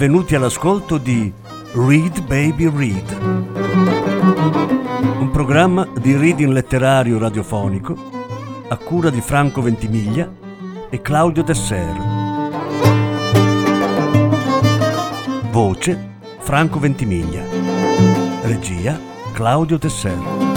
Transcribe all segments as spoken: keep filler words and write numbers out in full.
benvenuti all'ascolto di Read Baby Read, un programma di reading letterario radiofonico a cura di Franco Ventimiglia e Claudio Desser. Voce Franco Ventimiglia. Regia Claudio Desser.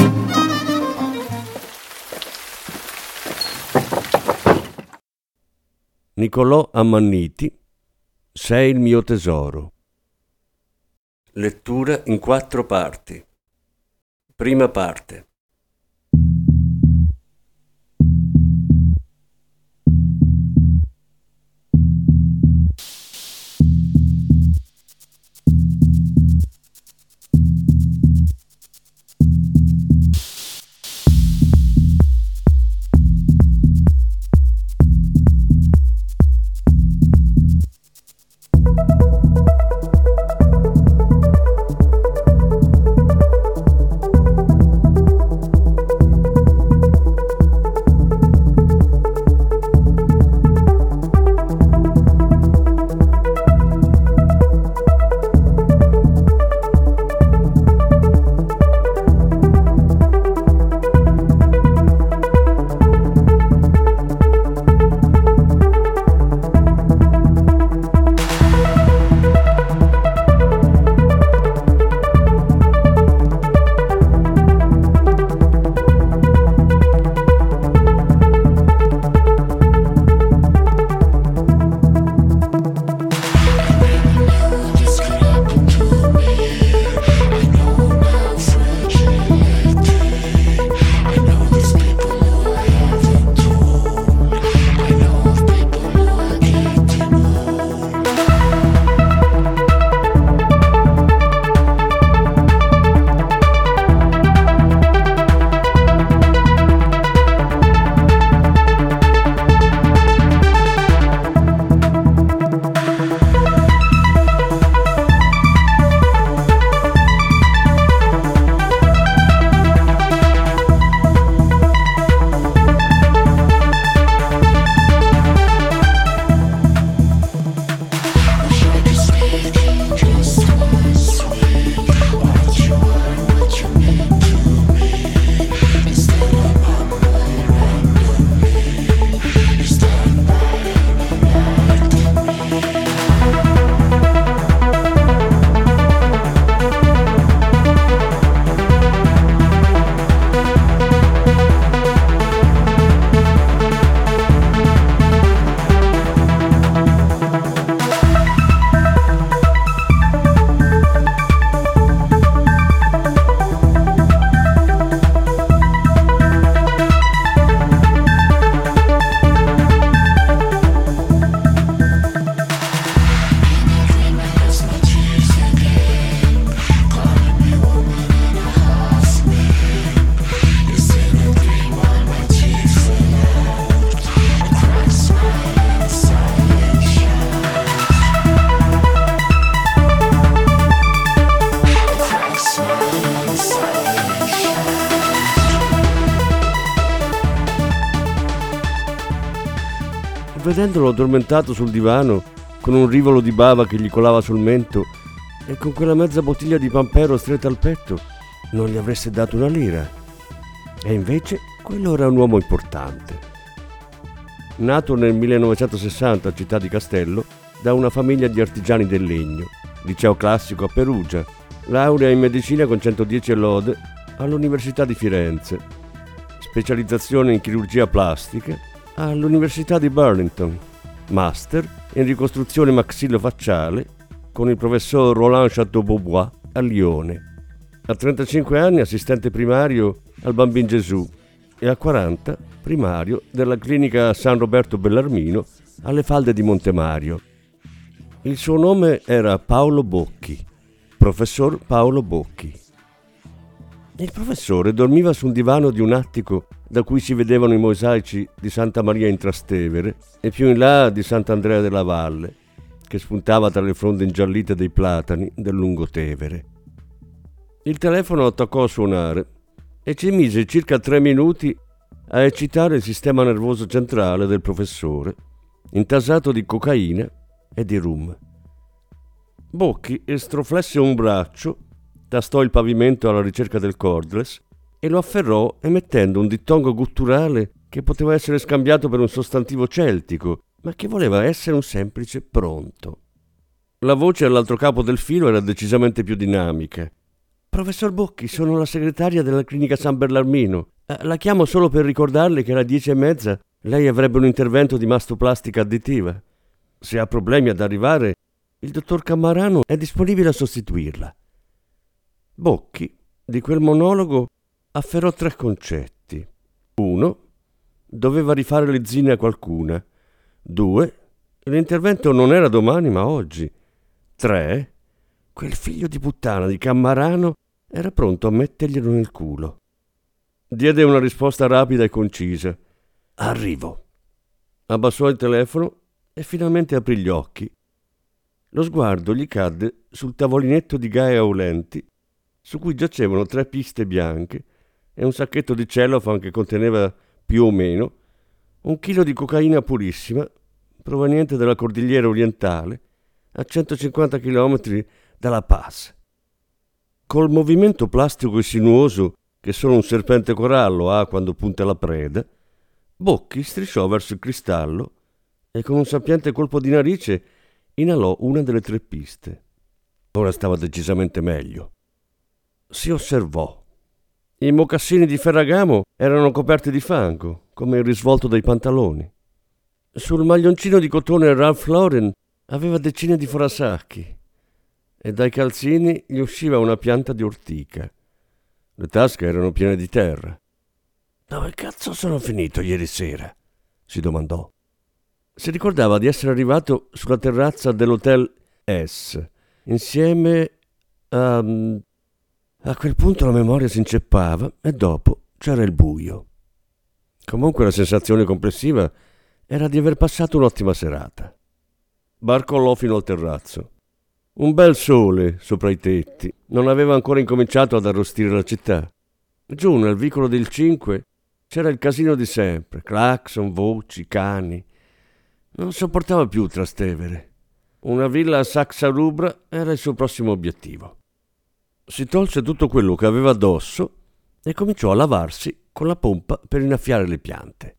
Niccolò Ammanniti, Sei il mio tesoro. Lettura in quattro parti. Prima parte. Vedendolo addormentato sul divano, con un rivolo di bava che gli colava sul mento e con quella mezza bottiglia di Pampero stretta al petto, non gli avreste dato una lira. E invece quello era un uomo importante. Nato nel millenovecentosessanta a Città di Castello da una famiglia di artigiani del legno, liceo classico a Perugia, laurea in medicina con centodieci e lode all'Università di Firenze, specializzazione in chirurgia plastica all'Università di Burlington, master in ricostruzione maxillofacciale con il professor Roland Chateaubois a Lione. A trentacinque anni assistente primario al Bambin Gesù e a quaranta primario della clinica San Roberto Bellarmino alle falde di Montemario. Il suo nome era Paolo Bocchi, professor Paolo Bocchi. Il professore dormiva su un divano di un attico da cui si vedevano i mosaici di Santa Maria in Trastevere e più in là di Sant'Andrea della Valle, che spuntava tra le fronde ingiallite dei platani del Lungotevere. Il telefono attaccò a suonare e ci mise circa tre minuti a eccitare il sistema nervoso centrale del professore, intasato di cocaina e di rum. Bocchi estroflesse un braccio, tastò il pavimento alla ricerca del cordless e lo afferrò emettendo un dittongo gutturale che poteva essere scambiato per un sostantivo celtico, ma che voleva essere un semplice pronto. La voce all'altro capo del filo era decisamente più dinamica. «Professor Bocchi, sono la segretaria della clinica San Bellarmino. La chiamo solo per ricordarle che alle dieci e mezza lei avrebbe un intervento di mastoplastica additiva. Se ha problemi ad arrivare, il dottor Cammarano è disponibile a sostituirla». Bocchi, di quel monologo, afferrò tre concetti. Uno, doveva rifare le zinne a qualcuna. Due, l'intervento non era domani ma oggi. Tre, quel figlio di puttana di Cammarano era pronto a metterglielo nel culo. Diede una risposta rapida e concisa. «Arrivo». Abbassò il telefono e finalmente aprì gli occhi. Lo sguardo gli cadde sul tavolinetto di Gaia Aulenti, su cui giacevano tre piste bianche e un sacchetto di cellophane che conteneva più o meno un chilo di cocaina purissima proveniente dalla cordigliera orientale a centocinquanta chilometri dalla Paz. Col movimento plastico e sinuoso che solo un serpente corallo ha quando punta la preda, Bocchi strisciò verso il cristallo e con un sapiente colpo di narice inalò una delle tre piste. Ora stava decisamente meglio. Si osservò. I mocassini di Ferragamo erano coperti di fango, come il risvolto dei pantaloni. Sul maglioncino di cotone Ralph Lauren aveva decine di forasacchi e dai calzini gli usciva una pianta di ortica. Le tasche erano piene di terra. «Dove cazzo sono finito ieri sera?» si domandò. Si ricordava di essere arrivato sulla terrazza dell'Hotel S, insieme a... A quel punto la memoria si inceppava e dopo c'era il buio. Comunque la sensazione complessiva era di aver passato un'ottima serata. Barcollò fino al terrazzo. Un bel sole sopra i tetti. Non aveva ancora incominciato ad arrostire la città. Giù nel vicolo del Cinque c'era il casino di sempre, clacson, voci, cani. Non sopportava più Trastevere. Una villa a Saxa Rubra era il suo prossimo obiettivo. Si tolse tutto quello che aveva addosso e cominciò a lavarsi con la pompa per innaffiare le piante.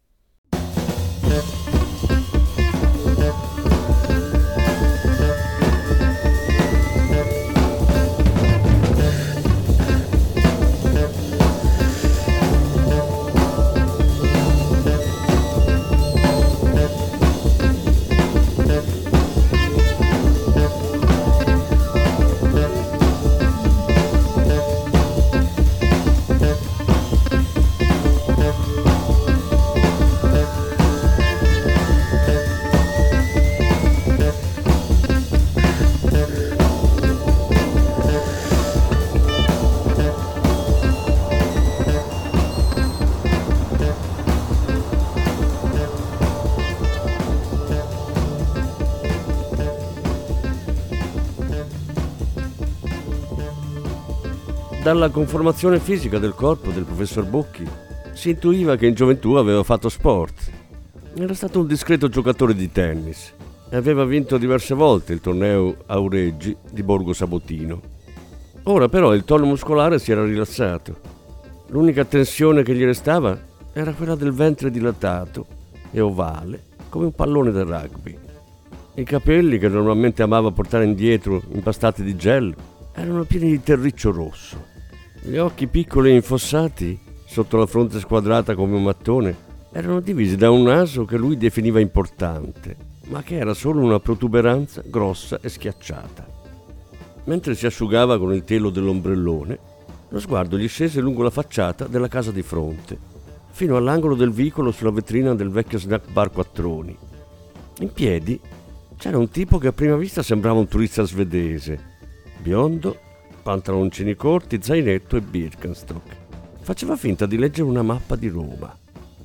Dalla conformazione fisica del corpo del professor Bocchi si intuiva che in gioventù aveva fatto sport. Era stato un discreto giocatore di tennis e aveva vinto diverse volte il torneo Aureggi di Borgo Sabotino. Ora però il tono muscolare si era rilassato. L'unica tensione che gli restava era quella del ventre dilatato e ovale come un pallone da rugby. I capelli, che normalmente amava portare indietro impastati di gel, erano pieni di terriccio rosso. Gli occhi piccoli e infossati, sotto la fronte squadrata come un mattone, erano divisi da un naso che lui definiva importante, ma che era solo una protuberanza grossa e schiacciata. Mentre si asciugava con il telo dell'ombrellone, lo sguardo gli scese lungo la facciata della casa di fronte, fino all'angolo del vicolo sulla vetrina del vecchio snack bar Quattroni. In piedi c'era un tipo che a prima vista sembrava un turista svedese, biondo, pantaloncini corti, zainetto e Birkenstock. Faceva finta di leggere una mappa di Roma.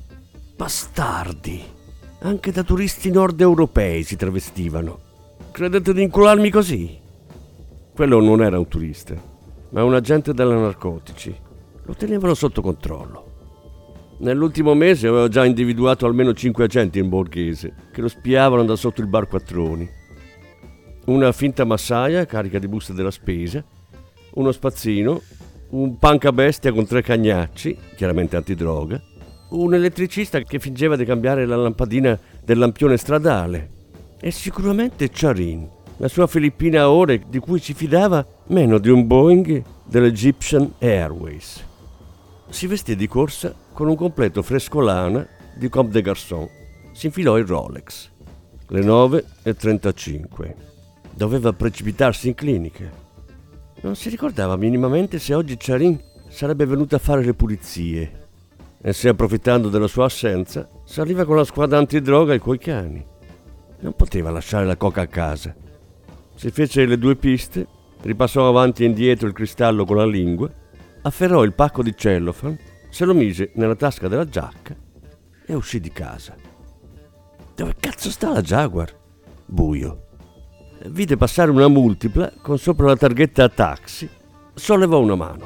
Bastardi! Anche da turisti nord europei si travestivano. Credete di incularmi così? Quello non era un turista, ma un agente della narcotici. Lo tenevano sotto controllo. Nell'ultimo mese aveva già individuato almeno cinque agenti in borghese che lo spiavano da sotto il bar Quattroni. una finta massaia carica di buste della spesa, uno spazzino, un pancabestia con tre cagnacci, chiaramente antidroga, un elettricista che fingeva di cambiare la lampadina del lampione stradale e sicuramente Charin, la sua filippina a ore di cui si fidava meno di un Boeing dell'Egyptian Airways. Si vestì di corsa con un completo frescolana di Comme des Garçons. Si infilò il Rolex. Le nove e trentacinque. Doveva precipitarsi in clinica. Non si ricordava minimamente se oggi Charin sarebbe venuta a fare le pulizie e se, approfittando della sua assenza, saliva con la squadra antidroga e coi cani. Non poteva lasciare la coca a casa. Si fece le due piste, ripassò avanti e indietro il cristallo con la lingua, afferrò il pacco di cellophane, se lo mise nella tasca della giacca e uscì di casa. Dove cazzo sta la Jaguar? Buio. Vide passare una multipla con sopra la targhetta taxi. Sollevò una mano.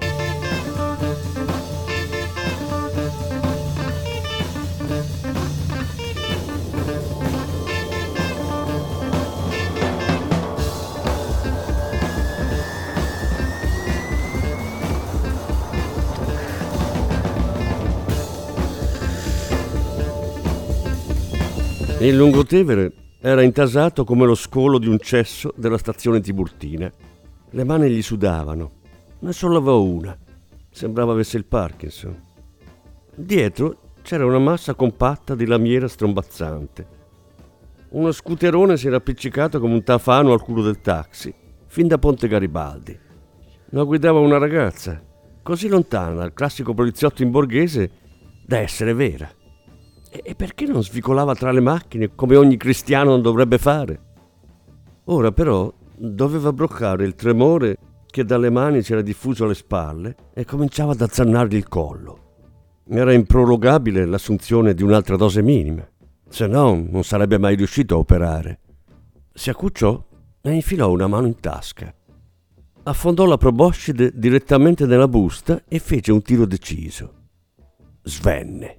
Il Lungotevere era intasato come lo scolo di un cesso della stazione Tiburtina. Le mani gli sudavano. Ne sollevò una. Sembrava avesse il Parkinson. Dietro c'era una massa compatta di lamiera strombazzante. Uno scooterone si era appiccicato come un tafano al culo del taxi, fin da Ponte Garibaldi. Lo guidava una ragazza, così lontana dal classico poliziotto in borghese da essere vera. E perché non svicolava tra le macchine come ogni cristiano non dovrebbe fare? Ora però doveva bloccare il tremore che dalle mani si era diffuso alle spalle e cominciava ad azzannargli il collo. Era improrogabile l'assunzione di un'altra dose minima, se no non sarebbe mai riuscito a operare. Si accucciò e infilò una mano in tasca. Affondò la proboscide direttamente nella busta e fece un tiro deciso. Svenne.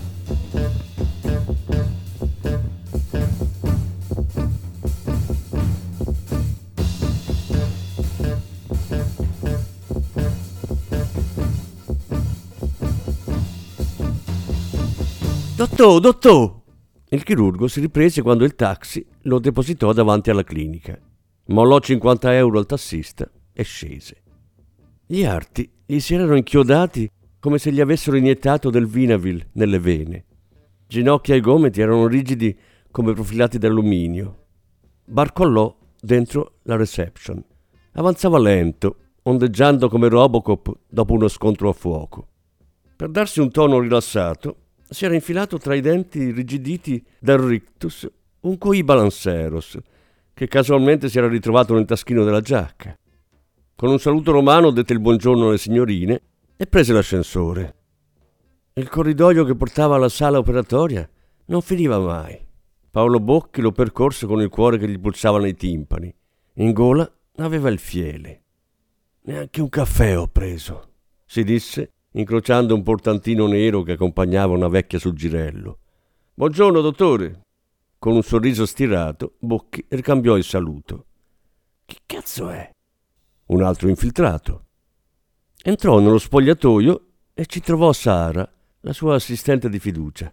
Dottore, dottore! Il chirurgo si riprese quando il taxi lo depositò davanti alla clinica. Mollò cinquanta euro al tassista e scese. Gli arti gli si erano inchiodati come se gli avessero iniettato del Vinavil nelle vene. Ginocchia e gomiti erano rigidi come profilati d'alluminio. Barcollò dentro la reception. Avanzava lento, ondeggiando come Robocop dopo uno scontro a fuoco. Per darsi un tono rilassato, si era infilato tra i denti irrigiditi dal rictus un coibalanceros che casualmente si era ritrovato nel taschino della giacca. Con un saluto romano dette il buongiorno alle signorine e prese l'ascensore. Il corridoio che portava alla sala operatoria non finiva mai. Paolo Bocchi lo percorse con il cuore che gli pulsava nei timpani. In gola aveva il fiele. Neanche un caffè ho preso, si disse, incrociando un portantino nero che accompagnava una vecchia sul girello. Buongiorno, dottore. Con un sorriso stirato, Bocchi ricambiò il saluto. Chi cazzo è? Un altro infiltrato. Entrò nello spogliatoio e ci trovò Sara, la sua assistente di fiducia.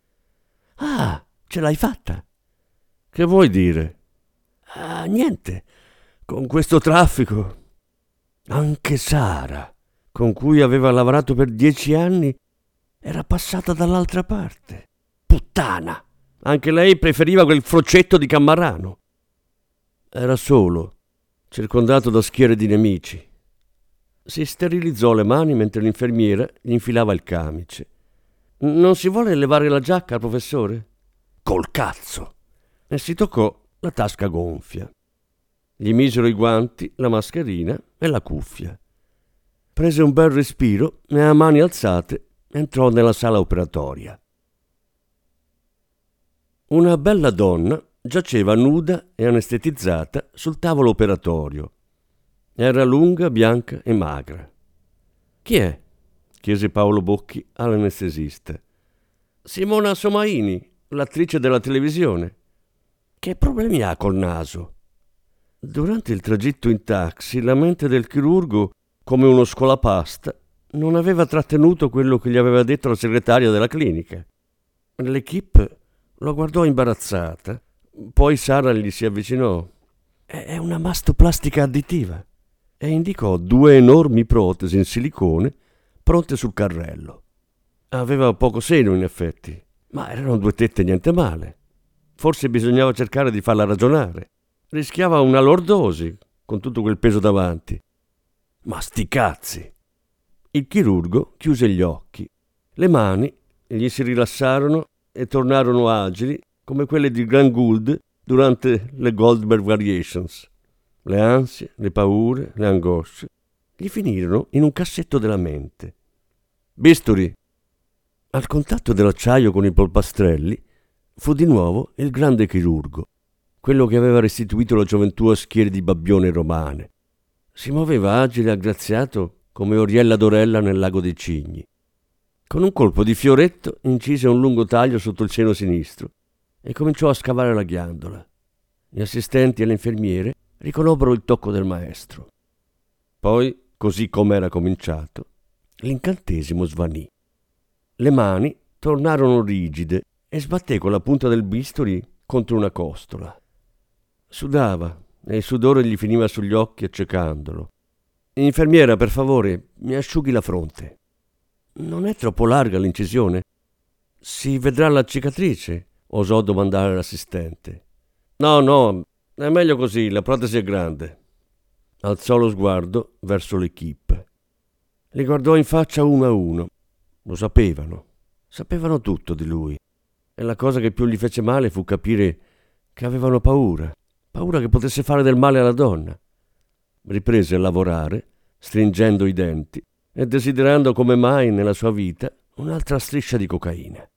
Ah, ce l'hai fatta? Che vuoi dire? Ah, niente. Con questo traffico. Anche Sara, con cui aveva lavorato per dieci anni, era passata dall'altra parte. Puttana! Anche lei preferiva quel frocetto di Cammarano. Era solo, circondato da schiere di nemici. Si sterilizzò le mani mentre l'infermiera gli infilava il camice. Non si vuole levare la giacca, professore? Col cazzo! E si toccò la tasca gonfia. Gli misero i guanti, la mascherina e la cuffia. Prese un bel respiro e a mani alzate entrò nella sala operatoria. Una bella donna giaceva nuda e anestetizzata sul tavolo operatorio. Era lunga, bianca e magra. Chi è? Chiese Paolo Bocchi all'anestesista. Simona Somaini, l'attrice della televisione. Che problemi ha col naso? Durante il tragitto in taxi, la mente del chirurgo, come uno scolapasta, non aveva trattenuto quello che gli aveva detto la segretaria della clinica. L'equipe lo guardò imbarazzata, poi Sara gli si avvicinò. «È una mastoplastica additiva», e indicò due enormi protesi in silicone pronte sul carrello. Aveva poco seno, in effetti, ma erano due tette niente male. Forse bisognava cercare di farla ragionare. Rischiava una lordosi con tutto quel peso davanti. Ma sti cazzi! Il chirurgo chiuse gli occhi. Le mani gli si rilassarono e tornarono agili come quelle di Grant Gould durante le Goldberg Variations. Le ansie, le paure, le angosce gli finirono in un cassetto della mente. Bisturi! Al contatto dell'acciaio con i polpastrelli fu di nuovo il grande chirurgo, quello che aveva restituito la gioventù a schiere di babbione romane. Si muoveva agile e aggraziato come Oriella Dorella nel lago dei cigni. Con un colpo di fioretto incise un lungo taglio sotto il seno sinistro e cominciò a scavare la ghiandola. Gli assistenti e le infermiere riconobbero il tocco del maestro. Poi, così come era cominciato, l'incantesimo svanì. Le mani tornarono rigide e sbatté con la punta del bisturi contro una costola. Sudava e il sudore gli finiva sugli occhi accecandolo. «Infermiera, per favore, mi asciughi la fronte». «Non è troppo larga l'incisione?» «Si vedrà la cicatrice?» osò domandare l'assistente. «No, no, è meglio così, la protesi è grande». Alzò lo sguardo verso l'equipe. Li guardò in faccia uno a uno. Lo sapevano, sapevano tutto di lui. E la cosa che più gli fece male fu capire che avevano paura, paura che potesse fare del male alla donna. Riprese a lavorare, stringendo i denti e desiderando come mai nella sua vita un'altra striscia di cocaina.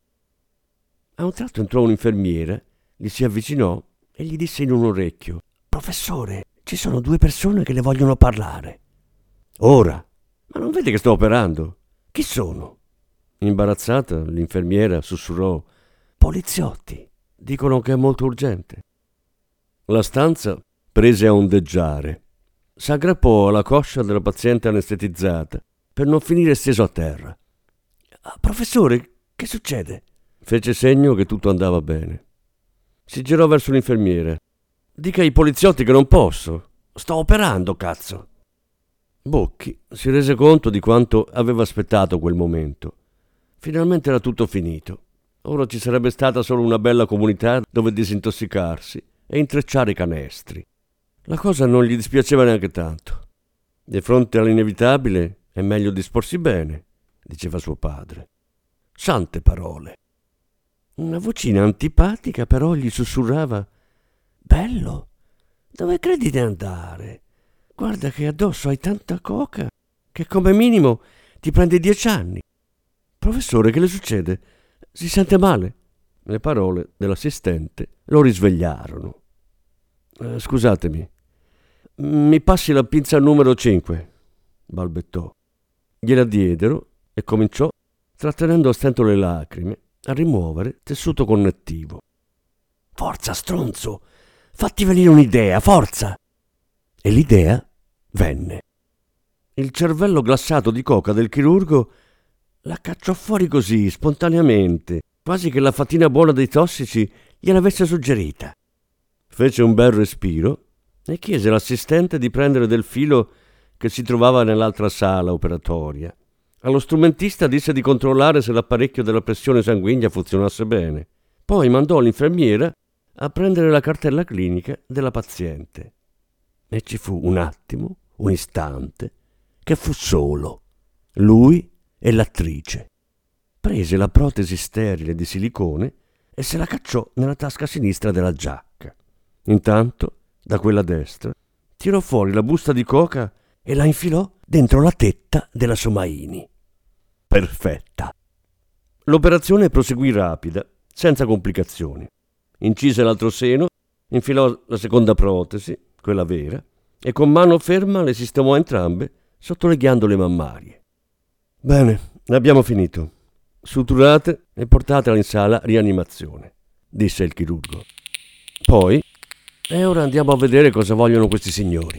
A un tratto entrò un'infermiera, gli si avvicinò e gli disse in un orecchio: «Professore, ci sono due persone che le vogliono parlare». «Ora? Ma non vede che sto operando? Chi sono?» Imbarazzata, l'infermiera sussurrò: «Poliziotti, dicono che è molto urgente». La stanza prese a ondeggiare. S'aggrappò alla coscia della paziente anestetizzata per non finire steso a terra. Ah, «Professore, che succede?» Fece segno che tutto andava bene. Si girò verso l'infermiera. «Dica ai poliziotti che non posso. Sto operando, cazzo!» Bocchi si rese conto di quanto aveva aspettato quel momento. Finalmente era tutto finito. Ora ci sarebbe stata solo una bella comunità dove disintossicarsi e intrecciare i canestri. La cosa non gli dispiaceva neanche tanto. Di fronte all'inevitabile è meglio disporsi bene, diceva suo padre. Sante parole. Una vocina antipatica però gli sussurrava: «Bello, dove credi di andare? Guarda che addosso hai tanta coca che come minimo ti prende dieci anni». «Professore, che le succede? Si sente male?» Le parole dell'assistente lo risvegliarono. Eh, «Scusatemi, mi passi la pinza numero cinque», balbettò. Gliela diedero e cominciò, trattenendo a stento le lacrime, a rimuovere tessuto connettivo. «Forza, stronzo! Fatti venire un'idea, forza!» E l'idea venne. Il cervello glassato di coca del chirurgo la cacciò fuori così, spontaneamente, quasi che la fatina buona dei tossici gliel'avesse suggerita. Fece un bel respiro e chiese all'assistente di prendere del filo che si trovava nell'altra sala operatoria. Allo strumentista disse di controllare se l'apparecchio della pressione sanguigna funzionasse bene. Poi mandò l'infermiera a prendere la cartella clinica della paziente. E ci fu un attimo, un istante, che fu solo lui e l'attrice. Prese la protesi sterile di silicone e se la cacciò nella tasca sinistra della giacca. Intanto, da quella destra, tirò fuori la busta di coca e la infilò dentro la tetta della Somaini. Perfetta. L'operazione proseguì rapida, senza complicazioni. Incise l'altro seno, infilò la seconda protesi, quella vera, e con mano ferma le sistemò entrambe sotto le ghiandole mammarie. «Bene, abbiamo finito. Suturate e portatela in sala rianimazione», disse il chirurgo. Poi E ora andiamo a vedere cosa vogliono questi signori.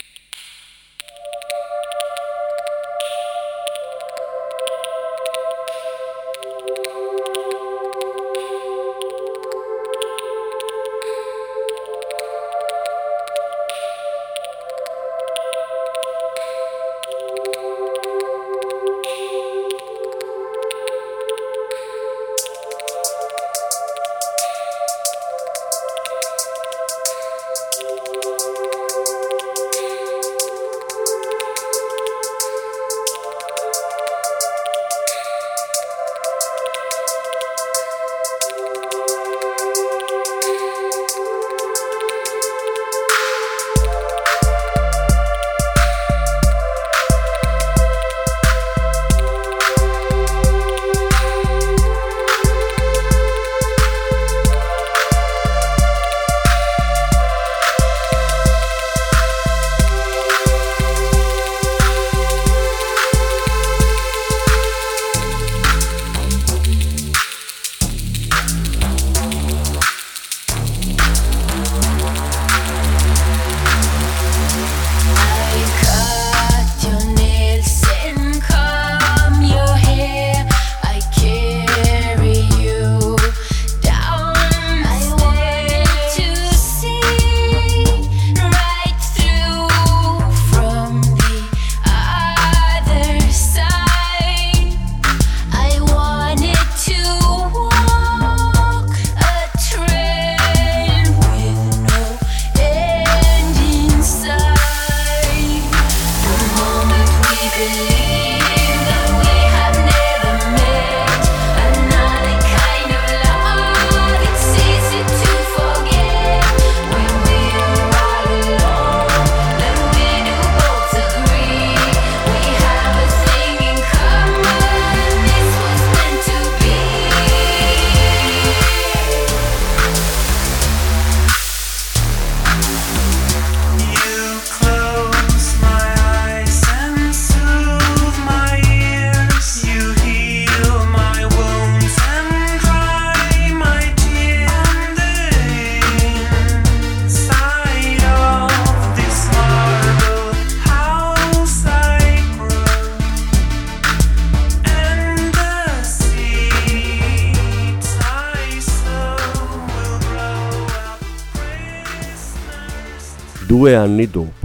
Due anni dopo.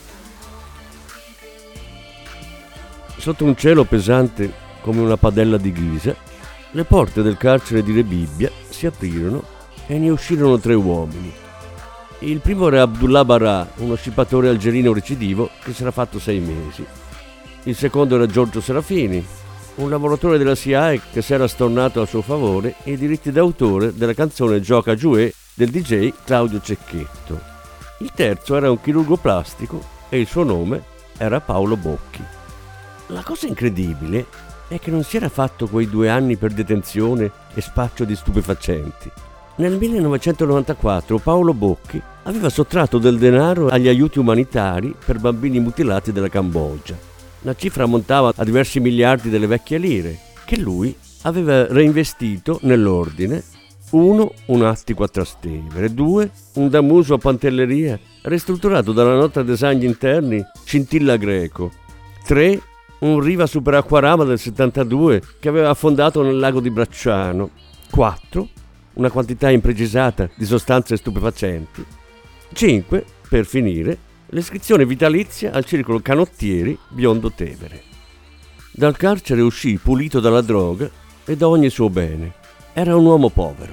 Sotto un cielo pesante come una padella di ghisa, le porte del carcere di Rebibbia si aprirono e ne uscirono tre uomini. Il primo era Abdullah Barà, uno scippatore algerino recidivo che si era fatto sei mesi. Il secondo era Giorgio Serafini, un lavoratore della S I A E che si era stornato a suo favore i diritti d'autore della canzone Gioca Giuè del D J Claudio Cecchetto. Il terzo era un chirurgo plastico e il suo nome era Paolo Bocchi. La cosa incredibile è che non si era fatto quei due anni per detenzione e spaccio di stupefacenti. Nel millenovecentonovantaquattro Paolo Bocchi aveva sottratto del denaro agli aiuti umanitari per bambini mutilati della Cambogia. La cifra ammontava a diversi miliardi delle vecchie lire, che lui aveva reinvestito nell'ordine: uno, un attico a Trastevere; due, un damuso a Pantelleria, ristrutturato dalla nota design interni Scintilla Greco; tre, un Riva Superacquarama del settantadue che aveva affondato nel lago di Bracciano; quattro, una quantità imprecisata di sostanze stupefacenti; cinque, per finire, l'iscrizione vitalizia al circolo Canottieri Biondo Tevere. Dal carcere uscì pulito dalla droga e da ogni suo bene. Era un uomo povero.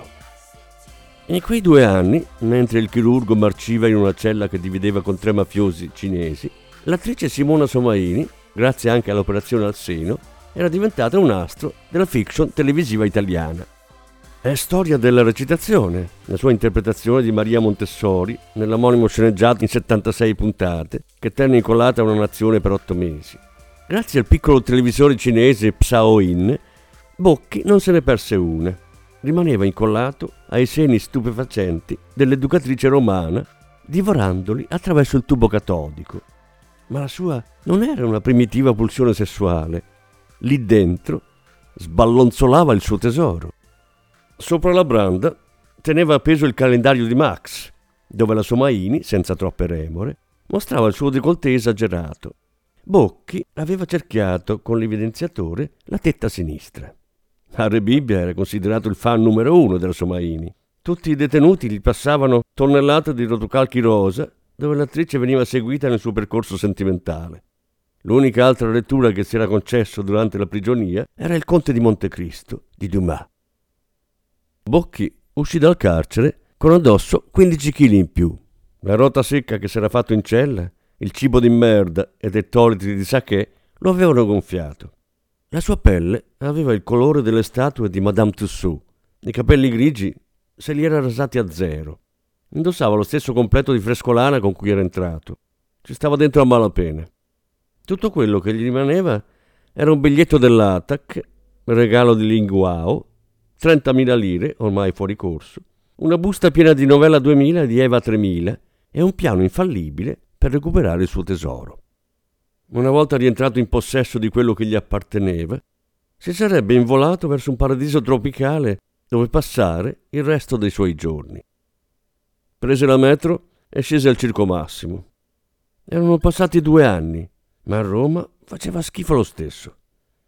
In quei due anni, mentre il chirurgo marciva in una cella che divideva con tre mafiosi cinesi, l'attrice Simona Somaini, grazie anche all'operazione al seno, era diventata un astro della fiction televisiva italiana. È storia della recitazione, la sua interpretazione di Maria Montessori nell'omonimo sceneggiato in settantasei puntate che tenne incollata a una nazione per otto mesi. Grazie al piccolo televisore cinese Psaoin, Bocchi non se ne perse una. Rimaneva incollato ai seni stupefacenti dell'educatrice romana, divorandoli attraverso il tubo catodico. Ma la sua non era una primitiva pulsione sessuale. Lì dentro sballonzolava il suo tesoro. Sopra la branda teneva appeso il calendario di Max, dove la Somaini, senza troppe remore, mostrava il suo décolleté esagerato. Bocchi aveva cerchiato con l'evidenziatore la tetta sinistra. Harry Bibbia era considerato il fan numero uno della Somaini. Tutti i detenuti gli passavano tonnellate di rotocalchi rosa, dove l'attrice veniva seguita nel suo percorso sentimentale. L'unica altra lettura che si era concesso durante la prigionia era Il Conte di Montecristo di Dumas. Bocchi uscì dal carcere con addosso quindici chili in più. La rota secca che si era fatto in cella, il cibo di merda ed ettolitri di sake lo avevano gonfiato. La sua pelle aveva il colore delle statue di Madame Tussauds. I capelli grigi se li era rasati a zero. Indossava lo stesso completo di frescolana con cui era entrato. Ci stava dentro a malapena. Tutto quello che gli rimaneva era un biglietto dell'A T A C, regalo di Linguao, trentamila lire, ormai fuori corso, una busta piena di novella duemila di Eva tremila e un piano infallibile per recuperare il suo tesoro. Una volta rientrato in possesso di quello che gli apparteneva, si sarebbe involato verso un paradiso tropicale dove passare il resto dei suoi giorni. Prese la metro e scese al Circo Massimo. Erano passati due anni, ma a Roma faceva schifo lo stesso.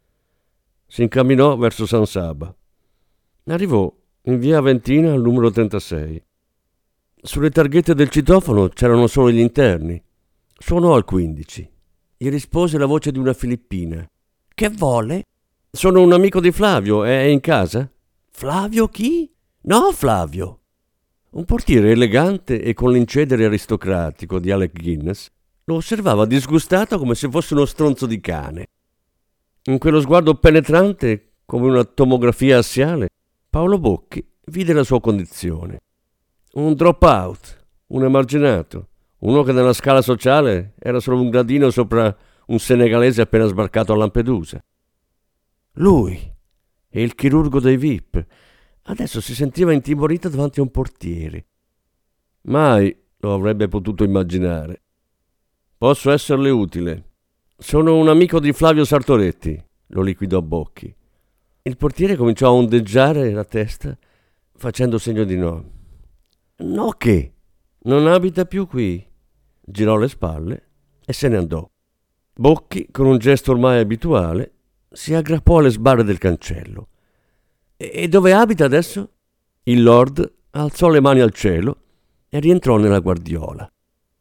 Si incamminò verso San Saba. Arrivò in via Aventina al numero trentasei. Sulle targhette del citofono c'erano solo gli interni. Suonò al quindici. Gli rispose la voce di una filippina. «Che vuole?» «Sono un amico di Flavio, è in casa?» «Flavio chi?» «No, Flavio!» Un portiere elegante e con l'incedere aristocratico di Alec Guinness lo osservava disgustato come se fosse uno stronzo di cane. In quello sguardo penetrante, come una tomografia assiale, Paolo Bocchi vide la sua condizione. Un drop out, un emarginato, uno che nella scala sociale era solo un gradino sopra un senegalese appena sbarcato a Lampedusa. Lui, il chirurgo dei V I P, adesso si sentiva intimorito davanti a un portiere. Mai lo avrebbe potuto immaginare. «Posso esserle utile. Sono un amico di Flavio Sartoretti», lo liquidò Bocchi. Il portiere cominciò a ondeggiare la testa, facendo segno di no. «No che? Non abita più qui?» Girò le spalle e se ne andò. Bocchi, con un gesto ormai abituale, si aggrappò alle sbarre del cancello. «E dove abita adesso?» Il Lord alzò le mani al cielo e rientrò nella guardiola.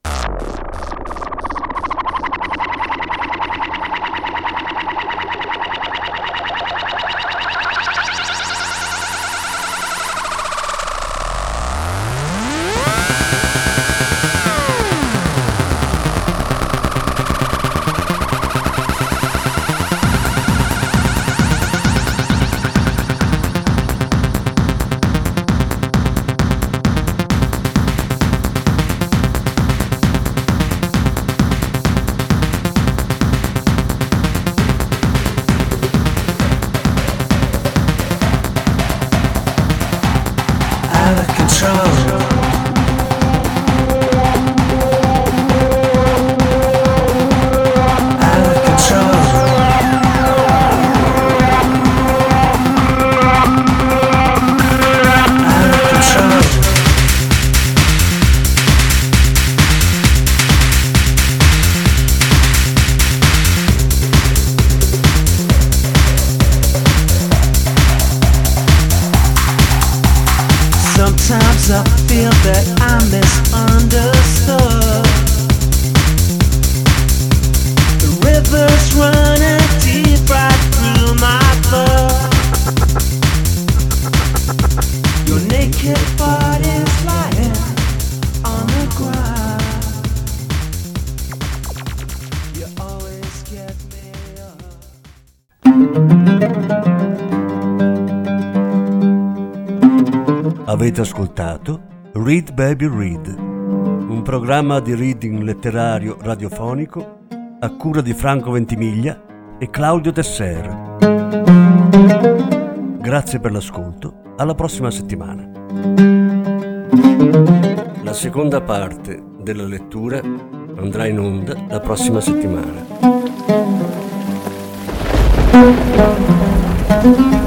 Sometimes I feel that I'm misunderstood. The river's running deep right through my blood. Your naked body's lying on the ground. You always get me up. Avete ascoltato Read Baby Read, un programma di reading letterario radiofonico a cura di Franco Ventimiglia e Claudio Tesser. Grazie per l'ascolto, alla prossima settimana. La seconda parte della lettura andrà in onda la prossima settimana.